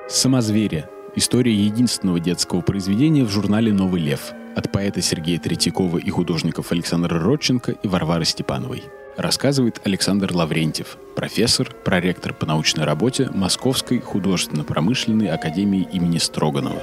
«Самозвери» – история единственного детского произведения в журнале «Новый лев» от поэта Сергея Третьякова и художников Александра Родченко и Варвары Степановой. Рассказывает Александр Лаврентьев, профессор, проректор по научной работе Московской художественно-промышленной академии имени Строганова.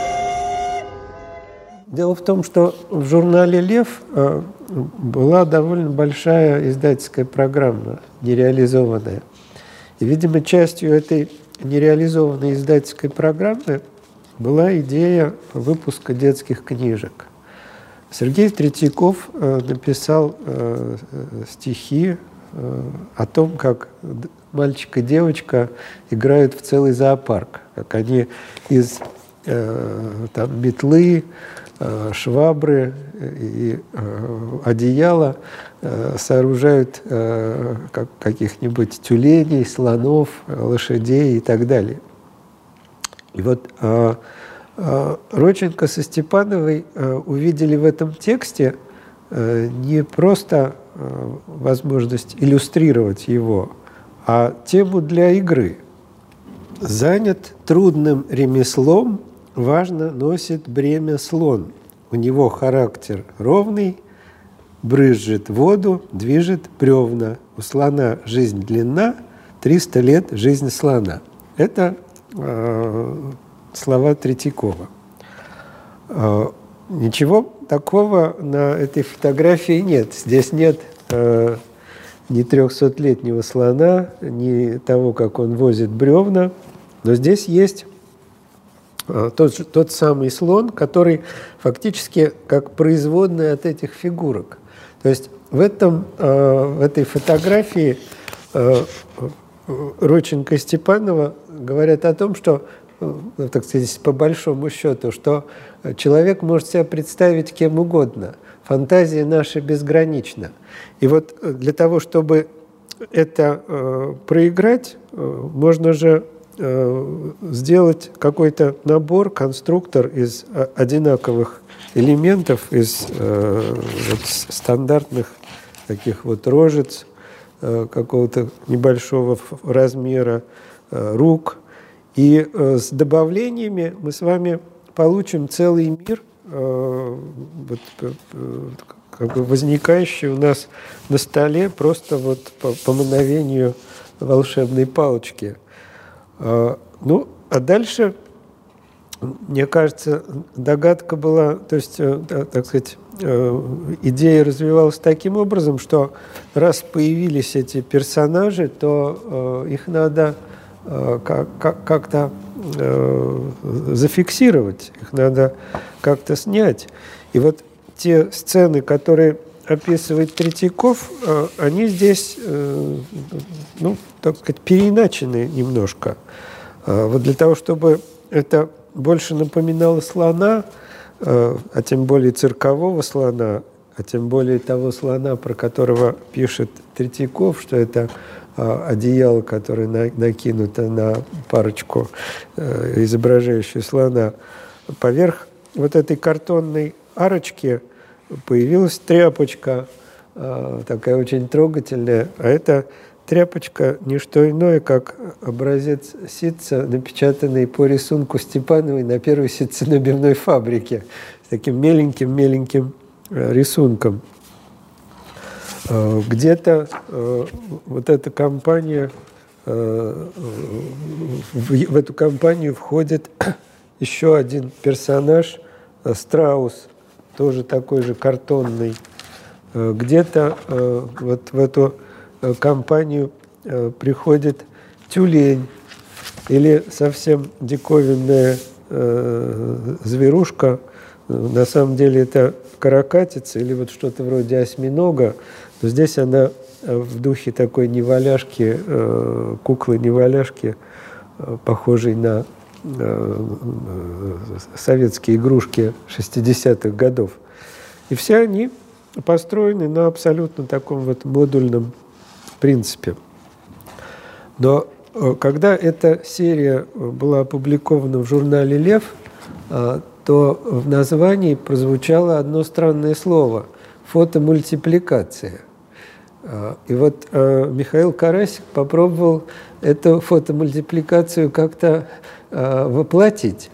Дело в том, что в журнале «Лев» была довольно большая издательская программа, нереализованная. И, видимо, частью этой нереализованной издательской программы была идея выпуска детских книжек. Сергей Третьяков написал стихи о том, как мальчик и девочка играют в целый зоопарк, как они из метлы, швабры и одеяла сооружают каких-нибудь тюленей, слонов, лошадей и так далее. И вот Родченко со Степановой увидели в этом тексте не просто возможность иллюстрировать его, а тему для игры. Занят трудным ремеслом, важно носит бремя слон. У него характер ровный, брызжет воду, движет бревна. У слона жизнь длинна, 300 лет жизнь слона. Это слова Третьякова. Ничего такого на этой фотографии нет. Здесь нет ни 300-летнего слона, ни того, как он возит бревна. Но здесь есть тот самый слон, который фактически как производная от этих фигурок. То есть в этой фотографии Родченко и Степанова говорят о том, что, так сказать, по большому счету, что человек может себя представить кем угодно. Фантазия наша безгранична. И вот для того, чтобы это проиграть, можно же сделать какой-то набор, конструктор из одинаковых элементов, из стандартных таких вот рожиц, какого-то небольшого размера, рук. И с добавлениями мы с вами получим целый мир, как бы возникающий у нас на столе просто вот по мановению волшебной палочки. Ну, а дальше, мне кажется, догадка была, то есть, так сказать, идея развивалась таким образом, что раз появились эти персонажи, то их надо как-то зафиксировать, их надо как-то снять. И вот те сцены, которые описывает Третьяков, они здесь, ну, так сказать, переиначены немножко. Вот для того, чтобы это больше напоминало слона, а тем более циркового слона, а тем более того слона, про которого пишет Третьяков, что это одеяло, которое накинуто на парочку, изображающую слона, поверх вот этой картонной арочки появилась тряпочка, такая очень трогательная, а эта тряпочка не что иное, как образец ситца, напечатанный по рисунку Степановой на первой ситценабивной фабрике, с таким меленьким рисунком. Где-то вот эта компания, в эту компанию входит еще один персонаж, страус, тоже такой же картонный. Где-то вот в эту компанию приходит тюлень или совсем диковинная зверушка. На самом деле это каракатица или вот что-то вроде осьминога, но здесь она в духе такой неваляшки, куклы-неваляшки, похожей на советские игрушки 60-х годов. И все они построены на абсолютно таком вот модульном принципе. Но когда эта серия была опубликована в журнале «Лев», то в названии прозвучало одно странное слово – фотомультипликация. И вот Михаил Карасик попробовал эту фотомультипликацию как-то воплотить.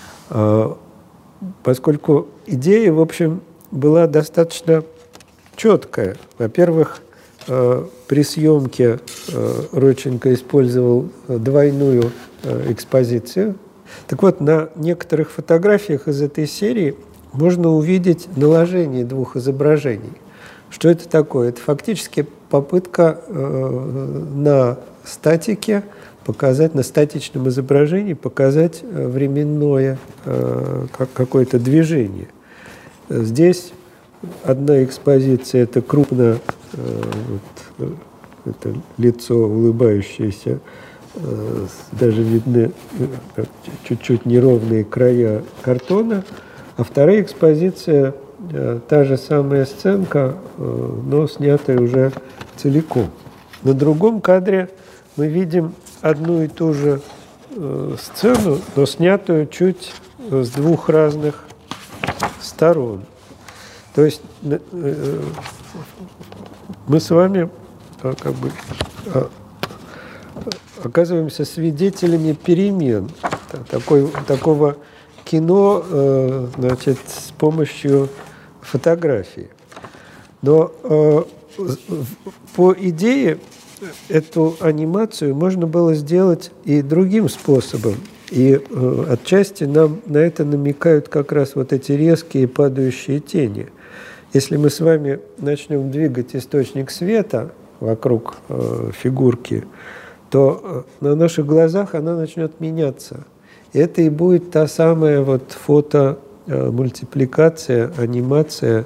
Поскольку идея, в общем, была достаточно четкая. Во-первых, при съемке Родченко использовал двойную экспозицию. Так вот, на некоторых фотографиях из этой серии можно увидеть наложение двух изображений. Что это такое? Это фактически попытка на статике показать, на статичном изображении показать временное какое-то движение. Здесь одна экспозиция – это крупно, это лицо улыбающееся, даже видны чуть-чуть неровные края картона, а вторая экспозиция – та же самая сценка, но снятая уже целиком. На другом кадре мы видим одну и ту же сцену, но снятую чуть с двух разных сторон. То есть мы с вами как бы оказываемся свидетелями перемен такого кино, значит, с помощью фотографии. Но по идее эту анимацию можно было сделать и другим способом. И отчасти нам на это намекают как раз вот эти резкие падающие тени. Если мы с вами начнем двигать источник света вокруг фигурки, то на наших глазах она начнет меняться. И это и будет та самая вот фотомультипликация, анимация,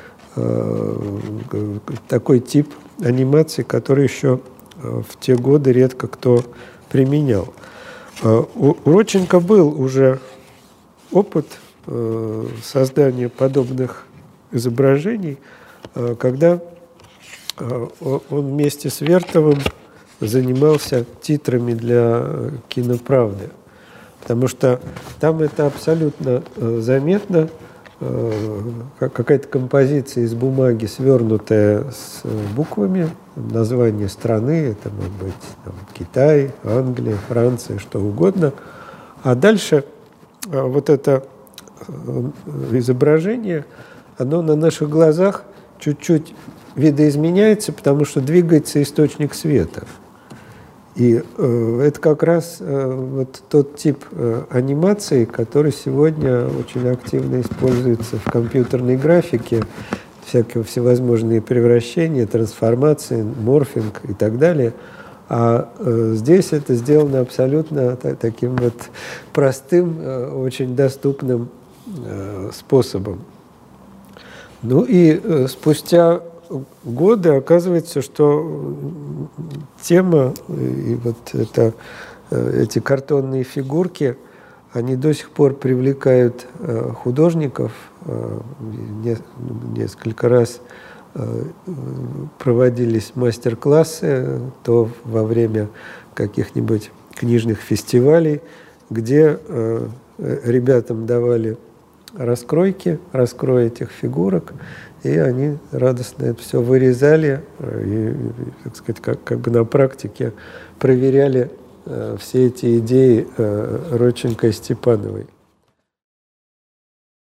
такой тип анимации, который еще в те годы редко кто применял. У Родченко был уже опыт создания подобных изображений, когда он вместе с Вертовым занимался титрами для «Киноправды». Потому что там это абсолютно заметно, какая-то композиция из бумаги, свернутая с буквами, название страны, это может быть там, Китай, Англия, Франция, что угодно. А дальше вот это изображение, оно на наших глазах чуть-чуть видоизменяется, потому что двигается источник света. И это как раз вот тот тип анимации, который сегодня очень активно используется в компьютерной графике, всякие всевозможные превращения, трансформации, морфинг и так далее. А здесь это сделано абсолютно таким вот простым, очень доступным способом. Ну и спустя годы оказывается, что тема и вот эти картонные фигурки, они до сих пор привлекают художников. Несколько раз проводились мастер-классы, то во время каких-нибудь книжных фестивалей, где ребятам давали раскрой этих фигурок, и они радостно это все вырезали и, так сказать, как бы на практике проверяли все эти идеи Родченко и Степановой.